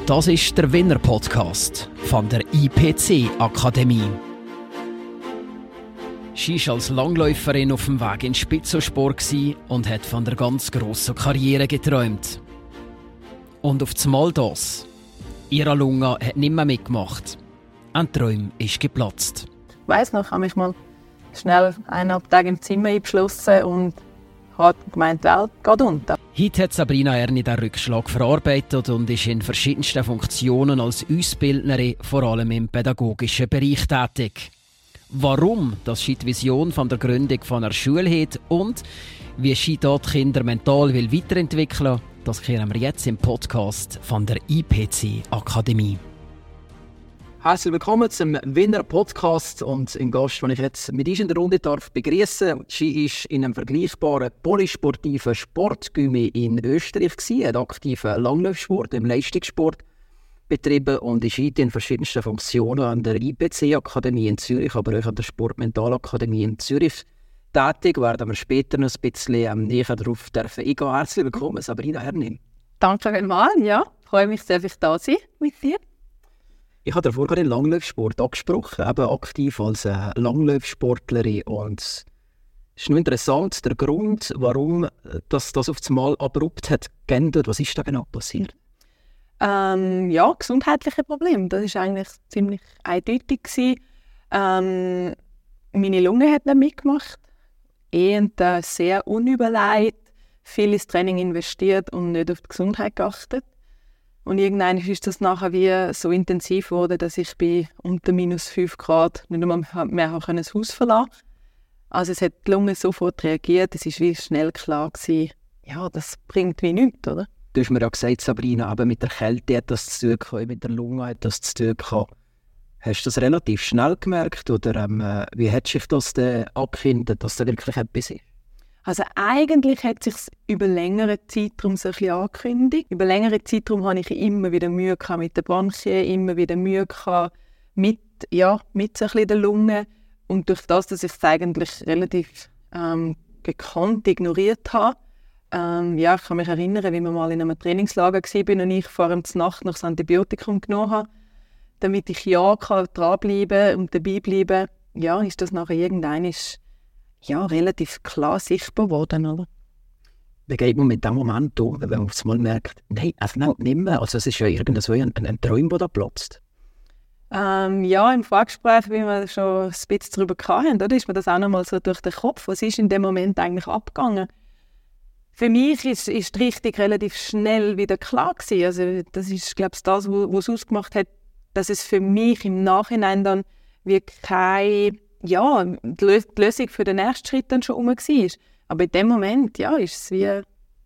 Das ist der Winner-Podcast von der IPC-Akademie. Sie war als Langläuferin auf dem Weg in den Spitzensport und hat von der ganz grossen Karriere geträumt. Und auf einmal das. Ihre Lunge hat nicht mehr mitgemacht. Ein Traum ist geplatzt. Ich weiss noch, ich habe mich mal schnell 1,5 Tage im Zimmer eingeschlossen und habe gemeint, die Welt geht unter. Heute hat Sabrina Erni den Rückschlag verarbeitet und ist in verschiedensten Funktionen als Ausbildnerin, vor allem im pädagogischen Bereich, tätig. Warum das sie die Vision von der Gründung von einer Schule hat und wie sie dort Kinder mental weiterentwickeln will, das kehren wir jetzt im Podcast von der IPC-Akademie. Herzlich willkommen zum Winner-Podcast und im Gast, den ich jetzt mit uns in der Runde begrüßen darf. Sie war in einem vergleichbaren polysportiven Sportgymnasium in Österreich, hat aktiven Langlaufsport im Leistungssport betrieben und ist heute in verschiedensten Funktionen an der IPC-Akademie in Zürich, aber auch an der Sportmentalakademie in Zürich tätig. Werden wir später noch ein bisschen näher darauf eingehen. Herzlich willkommen, Sabrina Erni. Danke vielmals, ja. Ich freue mich, dass ich da sein mit dir. Ich habe davor gerade den Langlaufsport angesprochen, eben aktiv als Langlaufsportlerin. Und es ist nur interessant, der Grund, warum das auf einmal abrupt hat geändert. Was ist da genau passiert? Ja, gesundheitliche Probleme. Das war eigentlich ziemlich eindeutig. Meine Lunge hat nicht mitgemacht. Sehr unüberlegt, viel ins Training investiert und nicht auf die Gesundheit geachtet. Und irgendwann ist das nachher wie so intensiv geworden, dass ich bei unter minus 5 Grad nicht mehr das Haus verlassen konnte. Also es hat die Lunge sofort reagiert. Es war wie schnell klar gewesen, ja, das bringt wie nichts, oder? Du hast mir ja gesagt, Sabrina, aber mit der Kälte hat das zu tun gehabt, mit der Lunge hat das zu tun gehabt. Hast du das relativ schnell gemerkt oder wie hat sich das abgefunden, dass da wirklich etwas ist? Also eigentlich hat es sich über längeren Zeitraum so ein bisschen angekündigt. Über längeren Zeitraum hatte ich immer wieder Mühe mit den Bronchien, immer wieder Mühe mit so ein bisschen der Lunge. Und durch das, dass ich es eigentlich relativ gekonnt ignoriert habe, ich kann mich erinnern, wie wir mal in einem Trainingslager waren und ich vor der Nacht noch das Antibiotikum genommen habe, damit ich dranbleiben und dabei bleiben. Ja, ist das nachher irgendwann relativ klar sichtbar geworden, oder? Wie geht man mit dem Moment um, wenn man auf einmal merkt, nein, nicht mehr. Also es ist ja irgendwo ein Traum, der da platzt. Im Vorgespräch, wie wir schon ein bisschen darüber hatten, da ist mir das auch noch mal so durch den Kopf. Was ist in dem Moment eigentlich abgegangen? Für mich ist die Richtung relativ schnell wieder klar gewesen. Also das ist, glaube ich, das, was es ausgemacht hat, dass es für mich im Nachhinein dann wie die Lösung für den nächsten Schritt dann schon war. Aber in dem Moment, ist es wie,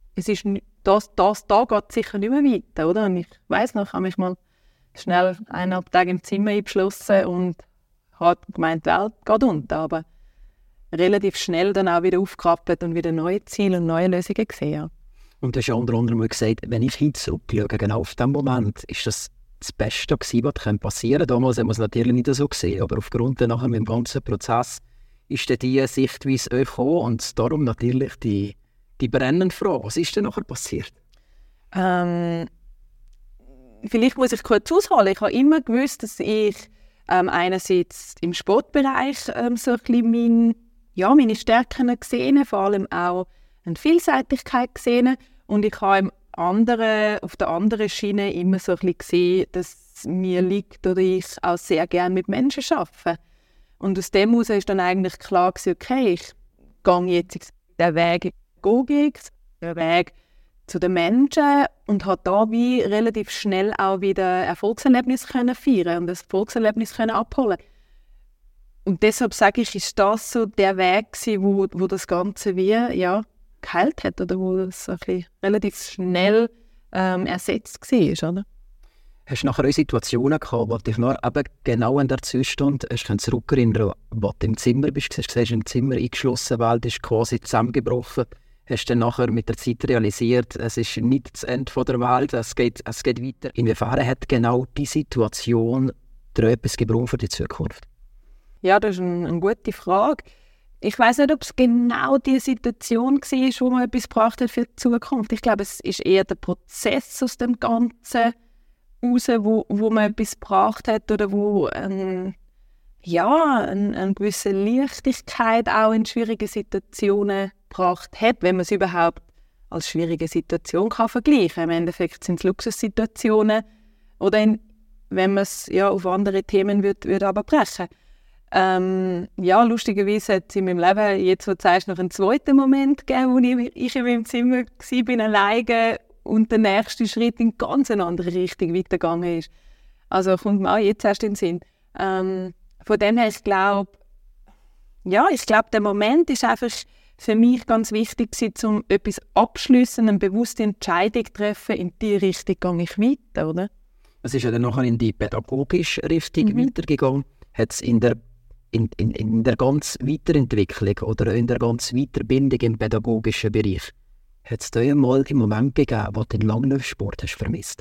da geht sicher nicht mehr weiter, oder? Und ich weiss noch, ich habe mich mal schnell 1,5 Tage im Zimmer eingeschlossen und habe gemeint, die Welt geht unter. Aber relativ schnell dann auch wieder aufgerappelt und wieder neue Ziele und neue Lösungen gesehen. Ja. Und du hast ja unter anderem gesagt, wenn ich hin zurückschaue, genau auf diesen Moment, ist das Beste gewesen, was passieren könnte. Damals haben wir es natürlich nicht so gesehen, aber aufgrund nachher mit dem ganzen Prozess ist dann diese Sichtweise gekommen und darum natürlich die brennende Frage. Was ist denn nachher passiert? Vielleicht muss ich kurz ausholen. Ich habe immer gewusst, dass ich einerseits im Sportbereich so ein bisschen meine Stärken gesehen, vor allem auch eine Vielseitigkeit gesehen. Und ich habe auf der anderen Schiene immer so ein bisschen gesehen, dass es mir liegt oder ich auch sehr gerne mit Menschen arbeite. Und aus dem heraus ist dann eigentlich klar gewesen, okay, ich gehe jetzt den Weg den Weg zu den Menschen und habe da wie relativ schnell auch wieder Erfolgserlebnis können feiern und das Erfolgserlebnis können abholen. Und deshalb sage ich, ist das so der Weg gewesen, wo das Ganze wie geheilt hat oder wo das so ein bisschen relativ schnell ersetzt war, oder? Hast du nachher auch Situationen gehabt, wo dich noch eben genau an der Zustand zurückerinnern, wo du im Zimmer bist? Du hast gesagt, im Zimmer eingeschlossen, Welt ist quasi zusammengebrochen. Hast du dann nachher mit der Zeit realisiert, es ist nicht das Ende der Welt, es geht weiter. Inwiefern hat genau diese Situation dir etwas gebraucht für die Zukunft? Ja, das ist eine gute Frage. Ich weiss nicht, ob es genau die Situation war, wo man etwas gebracht hat für die Zukunft. Ich glaube, es ist eher der Prozess aus dem Ganzen, raus, wo man etwas gebracht hat oder wo eine gewisse Leichtigkeit auch in schwierigen Situationen gebracht hat, wenn man es überhaupt als schwierige Situation kann vergleichen kann. Im Endeffekt sind es Luxussituationen oder wenn man es auf andere Themen würde aber brechen. Lustigerweise hat es in meinem Leben, jetzt wo du sagst, noch einen zweiten Moment gegeben, wo ich in meinem Zimmer war, alleine und der nächste Schritt in ganz eine andere Richtung weitergegangen ist. Also kommt mir auch jetzt erst in den Sinn. Von dem her, ich glaube, der Moment ist einfach für mich ganz wichtig gewesen, um etwas abschliessen, eine bewusste Entscheidung zu treffen, in diese Richtung gehe ich weiter, oder? Es ist ja dann nachher in die pädagogische Richtung weitergegangen. Hat es in der ganzen Weiterentwicklung oder in der ganzen Weiterbildung im pädagogischen Bereich, hat es da einmal einen Moment gegeben, wo du den Langlaufsport hast vermisst?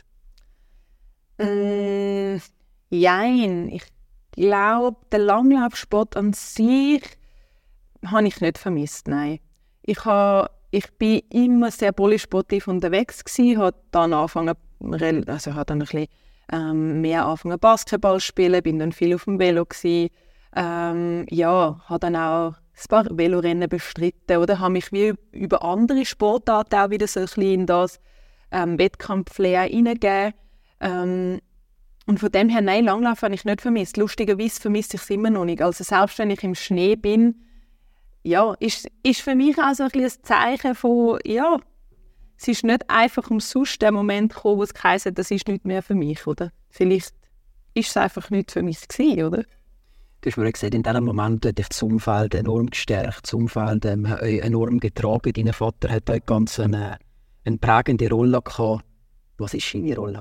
Jein. Ich glaube, den Langlaufsport an sich habe ich nicht vermisst, nein. Ich war immer sehr polysportiv unterwegs gewesen, habe dann ein bisschen mehr angefangen Basketball zu spielen, bin dann viel auf dem Velo gewesen, habe dann auch ein paar Velorennen bestritten oder habe mich wie über andere Sportarten auch wieder so ein bisschen in das Wettkampf-Flair hineingegeben. Und von dem her, nein, Langlauf habe ich nicht vermisst. Lustigerweise vermisse ich es immer noch nicht. Also selbst wenn ich im Schnee bin, ist für mich auch so ein bisschen ein Zeichen von, es ist nicht einfach umsonst der Moment gekommen, wo es geheißen hat, das ist nicht mehr für mich, oder? Vielleicht ist es einfach nicht für mich gewesen, oder? Du hast mir gesagt, in diesem Moment hat dich das Umfeld enorm gestärkt, das Umfeld enorm getragen. Dein Vater hat eine ganz eine prägende Rolle gehabt. Was war deine Rolle?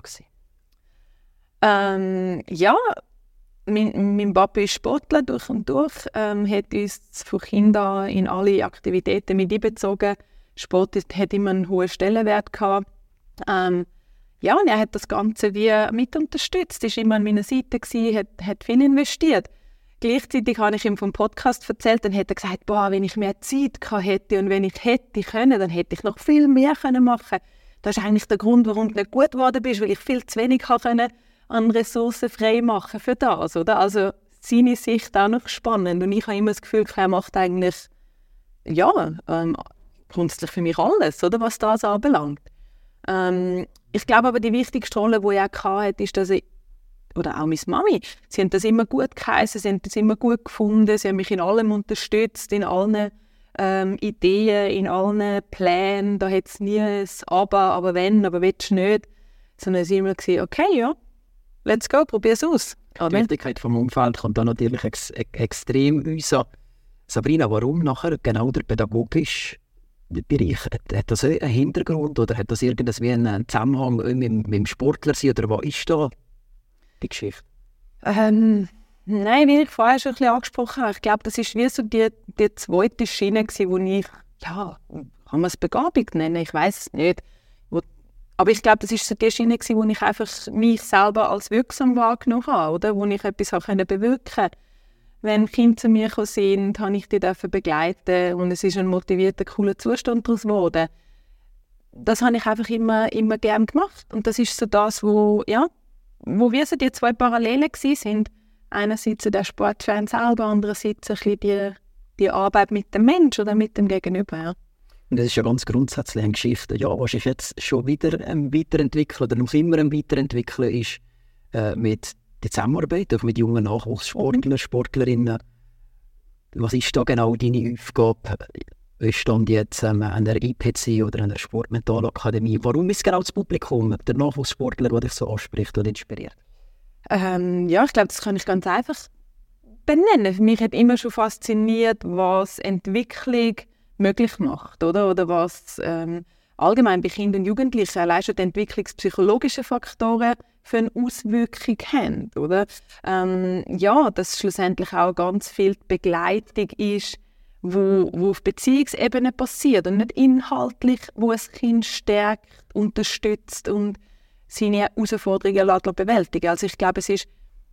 Mein Papa ist Sportler durch und durch, hat uns von Kindern in alle Aktivitäten mit einbezogen. Sport hat immer einen hohen Stellenwert gehabt. Und er hat das Ganze wie mit unterstützt. Er war immer an meiner Seite, hat viel investiert. Gleichzeitig habe ich ihm vom Podcast erzählt, dann hat er gesagt, wenn ich mehr Zeit hätte und wenn ich hätte können, dann hätte ich noch viel mehr machen können. Das ist eigentlich der Grund, warum du nicht gut geworden bist, weil ich viel zu wenig an Ressourcen frei machen für das, oder? Also seine Sicht auch noch spannend und ich habe immer das Gefühl, er macht eigentlich grundsätzlich für mich alles, oder, was das anbelangt. Ich glaube aber, die wichtigste Rolle, die er hatte, ist, dass oder auch meine Mami, sie haben das immer gut geheißen, sie haben das immer gut gefunden, sie haben mich in allem unterstützt, in allen Ideen, in allen Plänen. Da hat es nie ein aber wenn, aber willst du nicht. Sondern es war immer gesagt, okay, let's go, probier es aus. Die Wichtigkeit des Umfelds kommt da natürlich extrem uns an. Sabrina, warum nachher genau der pädagogische Bereich? Hat das einen Hintergrund oder hat das irgendwie einen Zusammenhang mit dem Sportler sein oder was ist da die Geschichte? Nein, wie ich vorher schon ein bisschen angesprochen habe, ich glaube, das war wie so die zweite Schiene, wo ich, kann man es Begabung nennen, ich weiß es nicht. Aber ich glaube, das war so die Schiene, wo ich einfach mich selber als wirksam wahrgenommen habe, oder? Wo ich etwas bewirken konnte. Wenn Kinder zu mir gekommen sind, habe ich die begleiten und es ist ein motivierter, cooler Zustand daraus geworden. Das habe ich einfach immer gerne gemacht. Und das ist so das, wo wir so die zwei Parallelen waren. Einerseits der Sportverein selber, andererseits ein bisschen die Arbeit mit dem Menschen oder mit dem Gegenüber. Ja. Und das ist ja ganz grundsätzlich eine Geschichte. Ja, was ich jetzt schon wieder weiterentwickeln oder noch immer weiterentwickeln ist mit der Zusammenarbeit auch mit jungen Nachwuchssportlern, Sportlerinnen. Was ist da genau deine Aufgabe? Ich stand jetzt an der IPC oder an der Sportmentalakademie. Warum ist genau das Publikum, der Nachwuchssportler, der dich so anspricht und inspiriert? Ich glaube, das kann ich ganz einfach benennen. Mich hat immer schon fasziniert, was Entwicklung möglich macht, oder was allgemein bei Kindern und Jugendlichen allein schon die entwicklungspsychologischen Faktoren für eine Auswirkung haben, oder? Dass schlussendlich auch ganz viel Begleitung ist, wo auf Beziehungsebene passiert und nicht inhaltlich, wo ein Kind stärkt, unterstützt und seine Herausforderungen bewältigen. Also ich glaube, es ist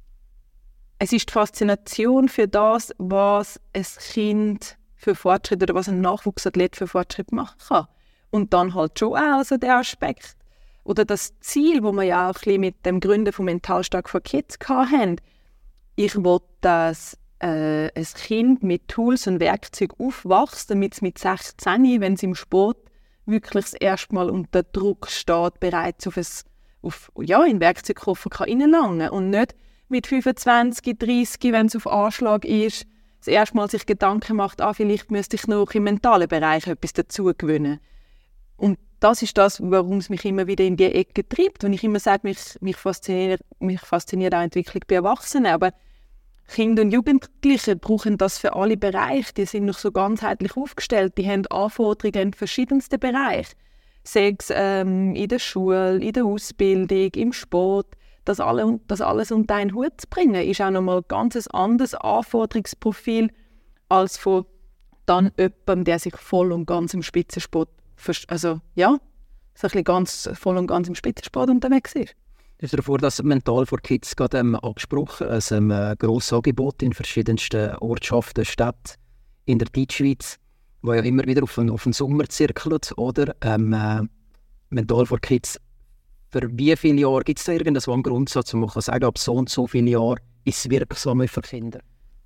die Faszination für das, was ein Kind für Fortschritt oder was ein Nachwuchsathlet für Fortschritt machen kann. Und dann halt schon auch also der Aspekt, oder das Ziel, das wir ja auch ein bisschen mit dem Gründen von Mental stark for Kids hatten. Ich will, dass ein Kind mit Tools und Werkzeugen aufwächst, damit es mit 16, wenn es im Sport wirklich das erste Mal unter Druck steht, bereits in den Werkzeugkoffer reinlangen kann. Und nicht mit 25, 30, wenn es auf Anschlag ist, das erste Mal sich Gedanken macht, vielleicht müsste ich noch im mentalen Bereich etwas dazu gewinnen. Und das ist das, warum es mich immer wieder in die Ecke treibt. Wenn ich immer sage, mich fasziniert auch Entwicklung bei Erwachsenen, aber Kinder und Jugendliche brauchen das für alle Bereiche. Die sind noch so ganzheitlich aufgestellt. Die haben Anforderungen in verschiedensten Bereichen. Sei es in der Schule, in der Ausbildung, im Sport. Das alles unter einen Hut zu bringen, ist auch nochmal ein ganz anderes Anforderungsprofil als von dann jemandem, der sich voll und ganz im Spitzensport, voll und ganz im Spitzensport unterwegs ist. Du hast davor das Mental for Kids gerade angesprochen, ein grosses Angebot in verschiedensten Ortschaften, Städten in der Deutschschweiz, wo ja immer wieder auf den Sommer zirkelt, oder? Mental for Kids, für wie viele Jahre gibt es da irgendeinen Grundsatz, wo man kann sagen, ab so und so viele Jahre ist es wirksam für Kinder?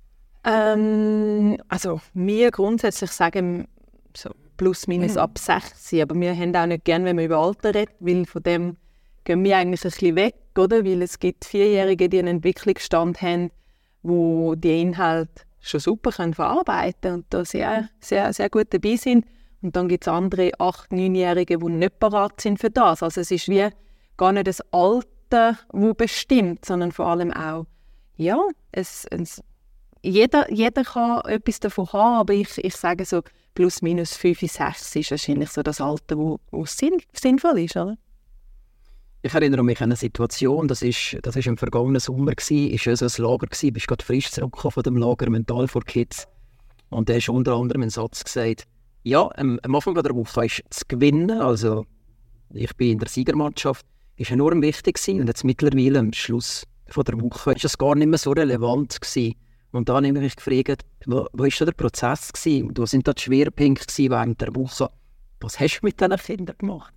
Wir grundsätzlich sagen so plus minus ab 16, aber wir haben auch nicht gerne, wenn man über Alter redet, weil von dem gehen wir eigentlich ein bisschen weg, oder? Weil es gibt 4-Jährige, die einen Entwicklungsstand haben, wo die Inhalte schon super verarbeiten können und da sehr, sehr, sehr gut dabei sind. Und dann gibt es andere 8-, 9-Jährige, die nicht bereit sind für das. Also es ist wie gar nicht das Alter, das bestimmt, sondern vor allem auch, jeder kann etwas davon haben, aber ich sage so, plus minus 5, 6 ist wahrscheinlich so das Alter, das sinnvoll ist, oder? Ich erinnere mich an eine Situation, das war im vergangenen Sommer, es war so ein Lager, du bist gerade frisch zurückgekommen von dem Lager Mental for Kids. Und da hast unter anderem einen Satz gesagt, am Anfang der Woche ist zu gewinnen, also ich bin in der Siegermannschaft, ist enorm wichtig gewesen. Und jetzt mittlerweile am Schluss von der Woche ist das gar nicht mehr so relevant gewesen. Und dann habe ich mich gefragt, wo war der Prozess gewesen? Und wo sind da die Schwerpunkte während der Woche? Was hast du mit diesen Kindern gemacht?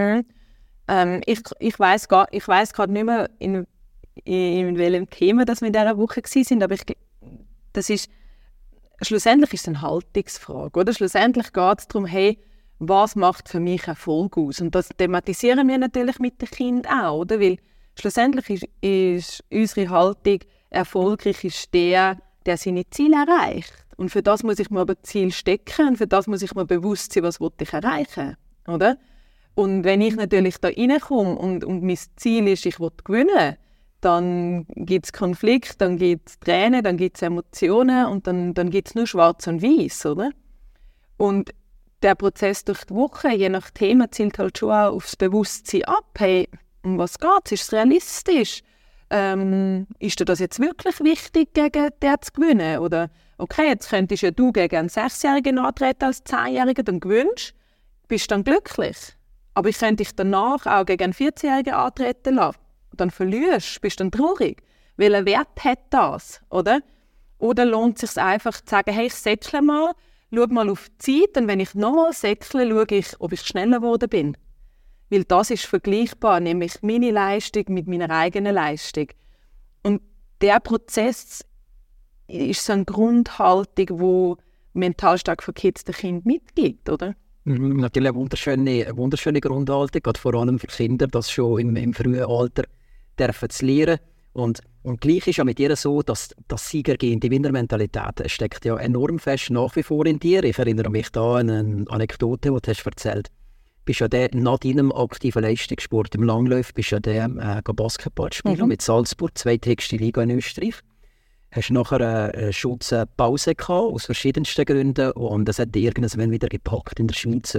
Ich weiss gerade nicht mehr, in welchem Thema das wir in dieser Woche waren, aber schlussendlich ist es eine Haltungsfrage. Oder? Schlussendlich geht es darum, was macht für mich Erfolg aus? Und das thematisieren wir natürlich mit den Kindern auch, oder? Weil schlussendlich ist unsere Haltung, erfolgreich ist der seine Ziele erreicht. Und für das muss ich mir aber Ziel stecken und für das muss ich mir bewusst sein, was ich erreichen will, oder? Und wenn ich natürlich da reinkomme und mein Ziel ist, ich will gewinnen, dann gibt es Konflikte, dann gibt es Tränen, dann gibt es Emotionen und dann gibt es nur Schwarz und Weiß, oder? Und der Prozess durch die Woche, je nach Thema, zielt halt schon auch aufs Bewusstsein ab. Um was geht es? Ist es realistisch? Ist dir das jetzt wirklich wichtig, gegen den zu gewinnen? Oder, okay, jetzt könntest ja du gegen einen 6-Jährigen antreten als 10-Jährigen, dann gewinnst, bist dann glücklich. Aber ich könnte dich danach auch gegen einen 14-Jährigen antreten lassen. Dann verlierst, bist dann traurig. Welchen Wert hat das? Oder lohnt es sich einfach zu sagen, ich säckle mal, schau mal auf die Zeit und wenn ich nochmal säckle, schaue ich, ob ich schneller geworden bin. Weil das ist vergleichbar, nämlich meine Leistung mit meiner eigenen Leistung. Und der Prozess ist so eine Grundhaltung, die Mental stark for Kids den Kindern mitgibt, oder? Natürlich eine wunderschöne Grundhaltung, gerade vor allem für Kinder, das schon im frühen Alter dürfen zu lernen. Und gleich ist ja mit dir so, dass das Siegergehen, die Winnermentalität steckt ja enorm fest nach wie vor in dir. Ich erinnere mich da an eine Anekdote, die du hast erzählt. Bist ja nach deinem aktiven Leistungssport im Langlauf bist ja Basketball spielen mit Salzburg, zweithöchste Liga in Österreich. Hast nachher eine Pause gehabt, aus verschiedensten Gründen. Und das hat dich irgendwann wieder gepackt in der Schweiz,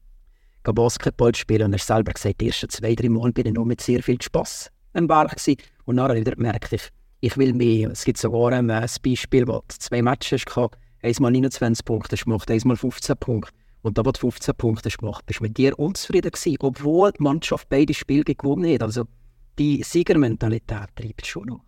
Basketball spielen. Und hast selber gesagt, die ersten 2-3 Mal bin ich noch mit sehr viel Spass am Werk gewesen. Und nachher wieder merkte ich will mehr. Es gibt sogar ein Beispiel, wo du 2 Matches gehabt, einmal 29 Punkte gemacht, einmal 15 Punkte. Und da, wo du 15 Punkte gemacht hast, bist du mit dir unzufrieden gewesen, obwohl die Mannschaft beide Spiele gewonnen hat. Also die Siegermentalität treibt schon noch.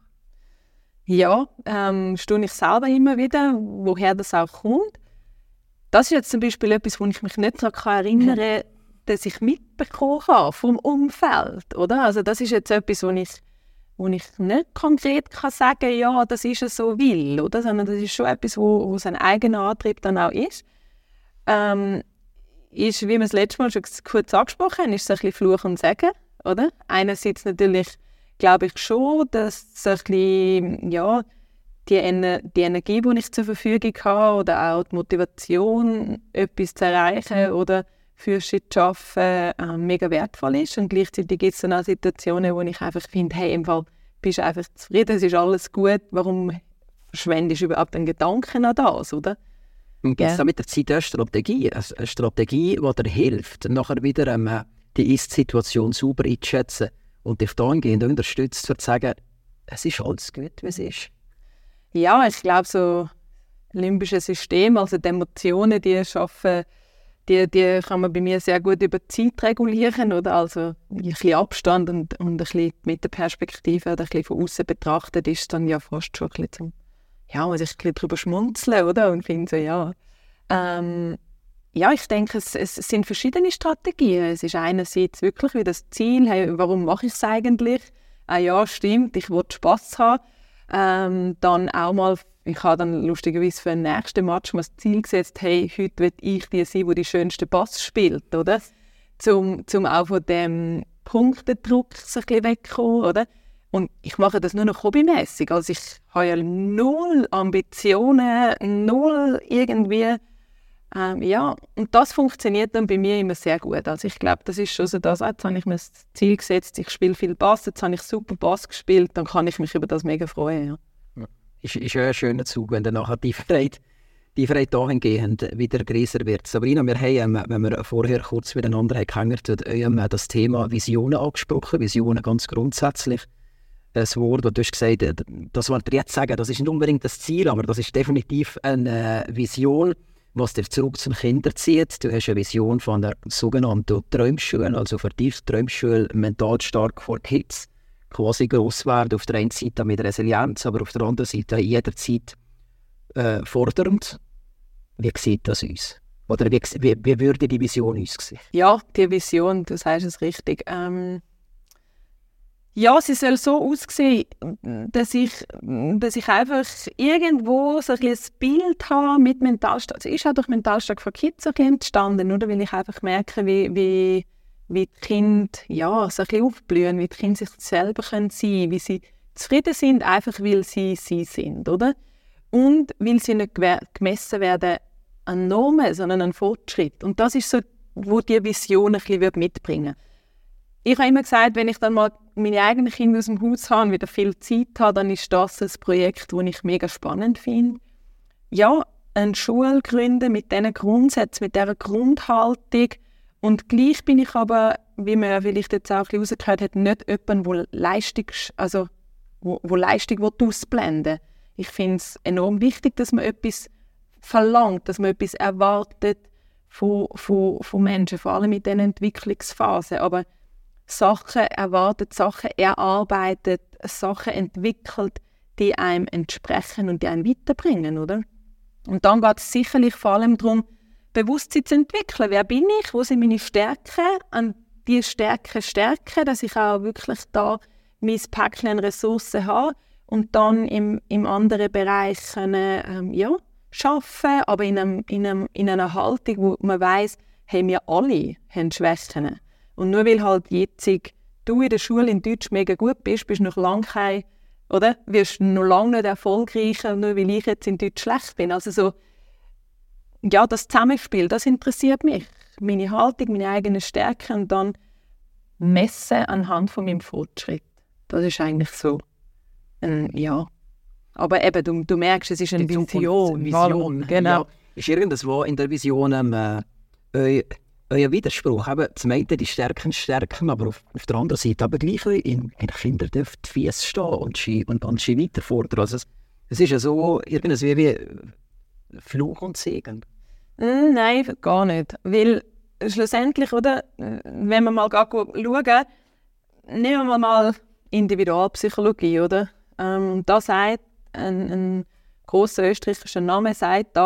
Ja, staune ich selber immer wieder, woher das auch kommt. Das ist jetzt zum Beispiel etwas, wo ich mich nicht daran erinnern kann, das ich mitbekommen habe vom Umfeld, oder? Also das ist jetzt etwas, wo ich nicht konkret kann sagen, ja, das ist es so will, oder? Sondern das ist schon etwas, wo sein eigener Antrieb dann auch ist. Ist, wie wir es letztes Mal schon kurz angesprochen haben, ist es ein bisschen Fluch und Segen, oder? Einerseits natürlich glaube ich schon, dass so ein bisschen, ja, die Energie, die ich zur Verfügung habe, oder auch die Motivation, etwas zu erreichen oder für Shit zu arbeiten, mega wertvoll ist. Und gleichzeitig gibt es dann auch Situationen, wo ich einfach finde, hey, im Fall bist du einfach zufrieden, es ist alles gut, warum verschwendest du überhaupt einen Gedanken an das, oder? Und gibt es da mit der Zeit eine Strategie, die dir hilft, nachher wieder die Ist-Situation sauber einzuschätzen und dich dahingehend unterstützt, zu sagen, es ist alles gut, wie es ist? Ja, ich glaube, so limbische System, also die Emotionen, die schaffen, die kann man bei mir sehr gut über die Zeit regulieren, oder? Also ein bisschen Abstand und ein bisschen mit der Perspektive oder ein bisschen von außen betrachtet, ist dann ja fast schon ein bisschen muss ich ein bisschen drüber schmunzeln, oder? Und finde so, ja. Ja, ich denke, es sind verschiedene Strategien. Es ist einerseits wirklich wie das Ziel, hey, warum mache ich es eigentlich? Ja, stimmt, ich will Spass haben. Dann auch mal, ich habe dann lustigerweise für den nächsten Match mal das Ziel gesetzt, hey, heute will ich die sein, die schönsten Pass spielt, oder? Zum auch von dem Punktedruck ein bisschen wegkommen, oder? Und ich mache das nur noch hobbymäßig. Also ich habe ja null Ambitionen, null irgendwie. Und das funktioniert dann bei mir immer sehr gut. Also ich glaube, das ist schon so das. Jetzt habe ich mir das Ziel gesetzt, ich spiele viel Bass, jetzt habe ich super Bass gespielt, dann kann ich mich über das mega freuen. Ja. Ist ja ein schöner Zug, wenn dann nachher die Freiheit dahingehend wieder größer wird. Sabrina, wir haben, wenn wir vorher kurz miteinander haben gehängt, das Thema Visionen angesprochen, Visionen ganz grundsätzlich. Das Wort, das du hast gesagt hast, das, was wir jetzt sagen, das ist nicht unbedingt das Ziel, aber das ist definitiv eine Vision, was dich zurück zum Kinder zieht. Du hast eine Vision von der sogenannten Träumschule, also vertiefte Träumschule, mental stark vor Kids, quasi gross werden, auf der einen Seite mit Resilienz, aber auf der anderen Seite jederzeit fordernd. Wie sieht das aus? Oder wie würde die Vision aussehen? Ja, die Vision, du sagst es richtig. Ja, sie soll so aussehen, dass ich einfach irgendwo so ein Bild habe mit Mentalstark. Also ist auch durch Mentalstark für Kids entstanden, oder? Weil ich einfach merke, wie die Kinder so ein bisschen aufblühen, wie die Kinder sich selber sein können, wie sie zufrieden sind, einfach weil sie sind, oder? Und weil sie nicht gemessen werden an Normen, sondern an Fortschritt. Und das ist so, wo die Vision ein bisschen mitbringen würde. Ich habe immer gesagt, wenn ich dann mal meine eigenen Kinder aus dem Haus habe und wieder viel Zeit habe, dann ist das ein Projekt, das ich mega spannend finde. Ja, eine Schule gründen mit diesen Grundsätzen, mit dieser Grundhaltung. Und gleich bin ich aber, wie man vielleicht jetzt auch ein bisschen rausgehört hat, nicht jemand, der Leistung ausblenden will. Ich finde es enorm wichtig, dass man etwas verlangt, dass man etwas erwartet von Menschen, vor allem in diesen Entwicklungsphasen. Aber Sachen erwartet, Sachen erarbeitet, Sachen entwickelt, die einem entsprechen und die einen weiterbringen, oder? Und dann geht es sicherlich vor allem darum, Bewusstsein zu entwickeln. Wer bin ich? Wo sind meine Stärken? An diese Stärken stärken, dass ich auch wirklich da mein Päckchen an Ressourcen habe und dann im anderen Bereich können, arbeiten, aber in einer Haltung, wo man weiss, hey, wir alle haben Schwächen. Und nur weil halt jetzt du in der Schule in Deutsch mega gut bist du noch lange kein, oder? Wirst du noch lange nicht erfolgreicher, nur weil ich jetzt in Deutsch schlecht bin. Also so, ja, das Zusammenspiel, das interessiert mich. Meine Haltung, meine eigenen Stärken und dann messen anhand von meinem Fortschritt. Das ist eigentlich so, ja. Aber eben, du merkst, es ist eine Vision. Genau. Ja. Ist irgendwo in der Vision euer Widerspruch, eben, zum einen die Stärken, aber auf der anderen Seite aber gleich in Kinder dürfen die Füße stehen und sie weiterfordern. Also es ist ja so irgendwie wie Fluch und Segen. Nein, gar nicht. Weil schlussendlich, oder, wenn wir mal schauen, nehmen wir mal Individualpsychologie, oder? Da sagt ein grosser österreichischer Name, sagt da,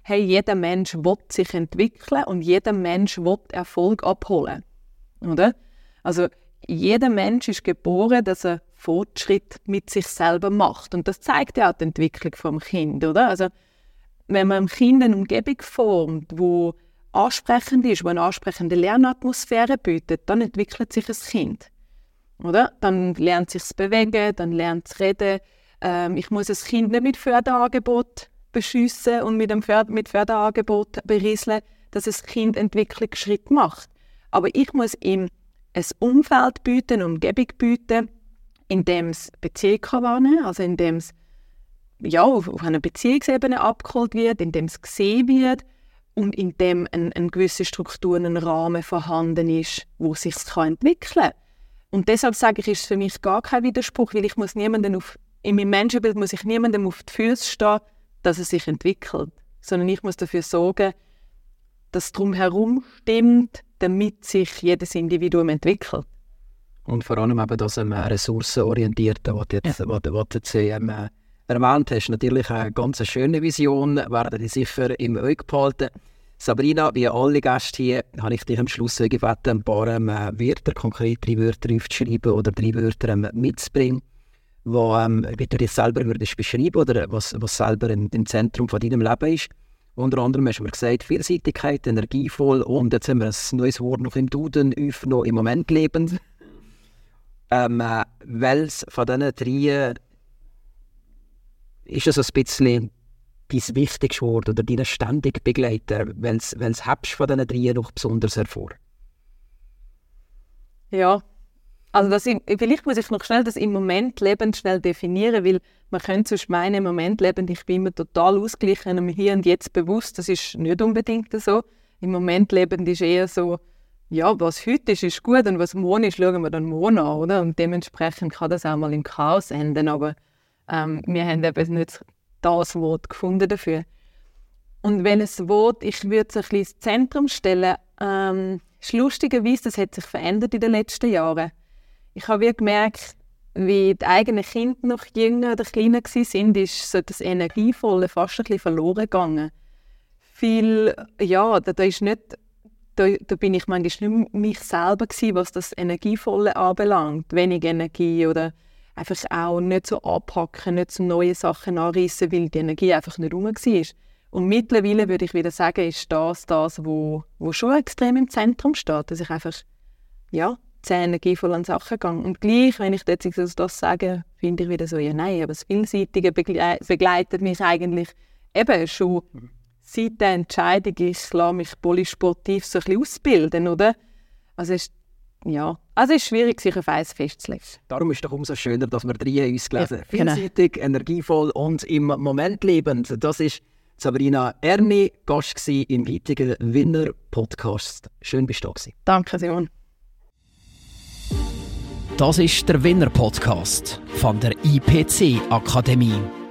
hey, jeder Mensch will sich entwickeln und jeder Mensch will Erfolg abholen. Oder? Also jeder Mensch ist geboren, dass er Fortschritt mit sich selber macht. Und das zeigt ja auch die Entwicklung vom Kind, oder? Also wenn man dem Kind eine Umgebung formt, die ansprechend ist, die eine ansprechende Lernatmosphäre bietet, dann entwickelt sich ein Kind. Oder? Dann lernt es sich zu bewegen, dann lernt es reden. Ich muss ein Kind nicht mit Förderangebot beschiessen und mit Förderangebot berieseln, dass das Kind Entwicklungsschritt macht. Aber ich muss ihm ein Umfeld bieten, eine Umgebung bieten, in dem es Beziehung wahrnehmen kann, also in dem es auf einer Beziehungsebene abgeholt wird, in dem es gesehen wird und in dem eine gewisse Struktur, ein Rahmen vorhanden ist, wo es sich entwickeln kann. Und deshalb sage ich, ist es für mich gar kein Widerspruch, weil ich muss in meinem Menschenbild muss ich niemandem auf die Füße stehen, dass er sich entwickelt, sondern ich muss dafür sorgen, dass es drumherum stimmt, damit sich jedes Individuum entwickelt. Und vor allem eben, dass ressourcenorientiert, was du jetzt erwähnt hast, natürlich eine ganz schöne Vision, werden die sicher im Auge behalten. Sabrina, wie alle Gäste hier, habe ich dich am Schluss gebeten, ein paar Wörter, konkret 3 Wörter aufzuschreiben oder 3 Wörter mitzubringen, wie du dich selber würdest beschreiben oder was selber im Zentrum von deinem Leben ist. Unter anderem hast du mir gesagt, Vielseitigkeit, energievoll und jetzt haben wir ein neues Wort noch im Duden aufgenommen, im Moment lebend. Welches von diesen 3 ist das ein bisschen dein wichtigste Wort oder dein ständiger Begleiter? Welches hebst du von diesen 3 noch besonders hervor? Ja, also vielleicht muss ich noch schnell das im Moment lebend schnell definieren, weil man könnte sonst meinen, im Moment lebend, ich bin immer total ausgeglichen und hier und jetzt bewusst, das ist nicht unbedingt so. Im Moment lebend ist eher so, ja, was heute ist gut und was morgen ist, schauen wir dann morgen an, oder? Und dementsprechend kann das auch mal im Chaos enden, aber wir haben eben nicht das Wort gefunden dafür. Und welches Wort, ich würde es ein bisschen ins Zentrum stellen, ist lustigerweise, das hat sich verändert in den letzten Jahren. Ich habe gemerkt, wie die eigenen Kinder noch jünger oder kleiner waren, ist so das Energievolle fast ein bisschen verloren gegangen. Da bin ich manchmal nicht mich selber gewesen, was das Energievolle anbelangt. Wenig Energie oder einfach auch nicht so anpacken, nicht so neue Sachen anreissen, weil die Energie einfach nicht rum war. Und mittlerweile würde ich wieder sagen, ist das, wo schon extrem im Zentrum steht, dass ich einfach sehr energievoll an Sachen gehe. Und gleich, wenn ich jetzt das sage, finde ich wieder so, ja nein, aber das Vielseitige begleitet mich eigentlich eben schon seit der Entscheidung, ich lasse mich polysportiv so ein bisschen ausbilden, oder? Also es ist schwierig, sich auf eins festzulegen. Darum ist es doch umso schöner, dass wir 3 uns gelesen haben. Vielseitig, energievoll und im Moment lebend. Das ist Sabrina Erni, Gast im heutigen Winner-Podcast. Schön, bist du da gewesen. Danke, Simon. Das ist der Winner-Podcast von der IPC Akademie.